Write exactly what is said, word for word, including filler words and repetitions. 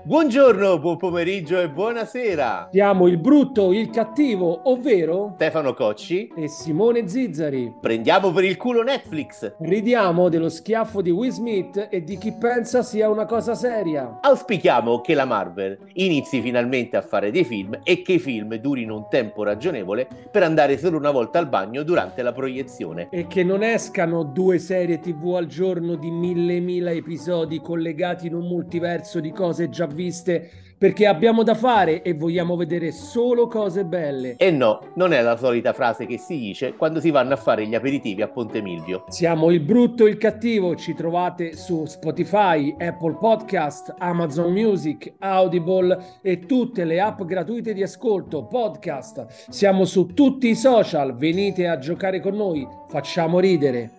Buongiorno, buon pomeriggio e buonasera. Siamo il brutto, il cattivo, ovvero Stefano Cocci. e Simone Zizzari. Prendiamo per il culo Netflix. Ridiamo dello schiaffo di Will Smith e di chi pensa sia una cosa seria. Auspichiamo che la Marvel inizi finalmente a fare dei film e che i film durino un tempo ragionevole per andare solo una volta al bagno durante la proiezione. E che non escano due serie tivù al giorno di mille mila episodi collegati in un multiverso di cose già viste, perché abbiamo da fare e vogliamo vedere solo cose belle. E no, non è la solita frase che si dice quando si vanno a fare gli aperitivi a Ponte Milvio. Siamo il brutto e il cattivo, ci trovate su Spotify, Apple Podcast, Amazon Music, Audible e tutte le app gratuite di ascolto, podcast. Siamo su tutti i social, venite a giocare con noi, facciamo ridere.